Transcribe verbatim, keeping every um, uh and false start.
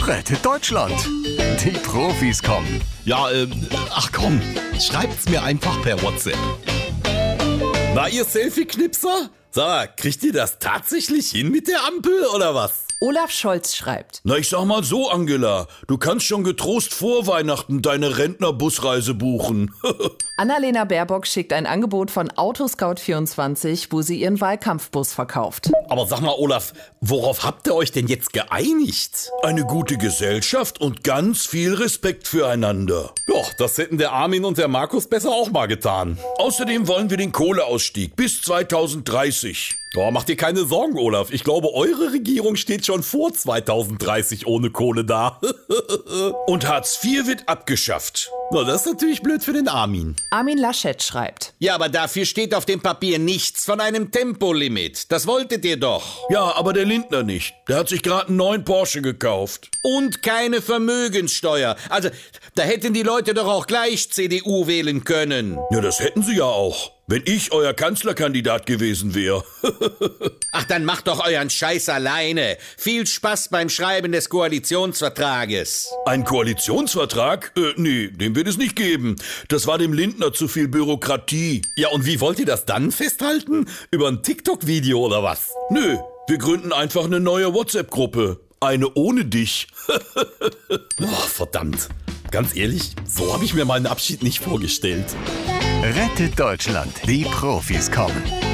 Rettet Deutschland. Die Profis kommen. Ja, ähm, ach komm, schreibt's mir einfach per WhatsApp. Na, ihr Selfie-Knipser? Sag mal, kriegt ihr das tatsächlich hin mit der Ampel oder was? Olaf Scholz schreibt. Na, ich sag mal so, Angela, du kannst schon getrost vor Weihnachten deine Rentnerbusreise buchen. Annalena Baerbock schickt ein Angebot von Autoscout vierundzwanzig, wo sie ihren Wahlkampfbus verkauft. Aber sag mal, Olaf, worauf habt ihr euch denn jetzt geeinigt? Eine gute Gesellschaft und ganz viel Respekt füreinander. Ja, das hätten der Armin und der Markus besser auch mal getan. Außerdem wollen wir den Kohleausstieg bis zweitausenddreißig. Oh, macht dir keine Sorgen, Olaf. Ich glaube, eure Regierung steht schon vor zweitausenddreißig ohne Kohle da. Und Hartz vier wird abgeschafft. Na, das ist natürlich blöd für den Armin. Armin Laschet schreibt. Ja, aber dafür steht auf dem Papier nichts von einem Tempolimit. Das wolltet ihr doch. Ja, aber der Lindner nicht. Der hat sich gerade einen neuen Porsche gekauft. Und keine Vermögenssteuer. Also, da hätten die Leute doch auch gleich C D U wählen können. Ja, das hätten sie ja auch. Wenn ich euer Kanzlerkandidat gewesen wäre. Ach, dann macht doch euren Scheiß alleine. Viel Spaß beim Schreiben des Koalitionsvertrages. Ein Koalitionsvertrag? Äh, nee, den wird es nicht geben. Das war dem Lindner zu viel Bürokratie. Ja, und wie wollt ihr das dann festhalten? Über ein TikTok-Video oder was? Nö, wir gründen einfach eine neue WhatsApp-Gruppe. Eine ohne dich. Boah, verdammt. Ganz ehrlich, so habe ich mir meinen Abschied nicht vorgestellt. Rettet Deutschland. Die Profis kommen.